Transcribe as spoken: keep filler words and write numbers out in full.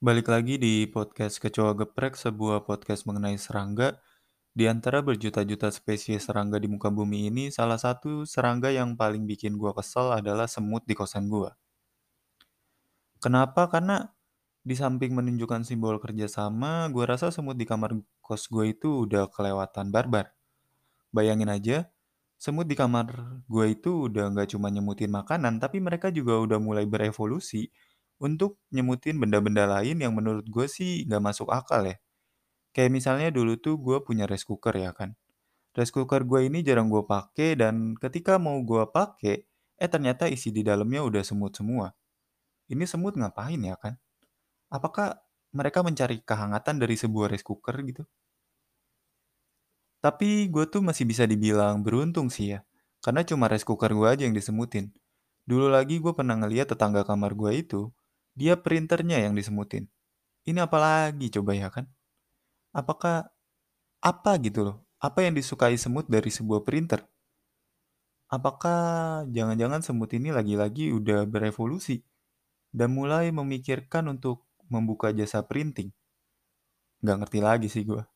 Balik lagi di podcast Kecoa Geprek, sebuah podcast mengenai serangga. Di antara berjuta-juta spesies serangga di muka bumi ini, salah satu serangga yang paling bikin gua kesel adalah semut di kosan gua. Kenapa? Karena di samping menunjukkan simbol kerjasama, gua rasa semut di kamar kos gua itu udah kelewatan barbar. Bayangin aja, semut di kamar gua itu udah nggak cuma nyemutin makanan, tapi mereka juga udah mulai berevolusi untuk nyemutin benda-benda lain yang menurut gue sih nggak masuk akal ya. Kayak misalnya dulu tuh gue punya rice cooker ya kan. Rice cooker gue ini jarang gue pakai dan ketika mau gue pakai, eh ternyata isi di dalamnya udah semut semua. Ini semut ngapain ya kan? Apakah mereka mencari kehangatan dari sebuah rice cooker gitu? Tapi gue tuh masih bisa dibilang beruntung sih ya. Karena cuma rice cooker gue aja yang disemutin. Dulu lagi gue pernah ngeliat tetangga kamar gue itu, dia printernya yang disemutin. Ini apalagi coba ya kan? Apakah apa gitu loh? Apa yang disukai semut dari sebuah printer? Apakah jangan-jangan semut ini lagi-lagi udah berevolusi dan mulai memikirkan untuk membuka jasa printing? Nggak ngerti lagi sih gue.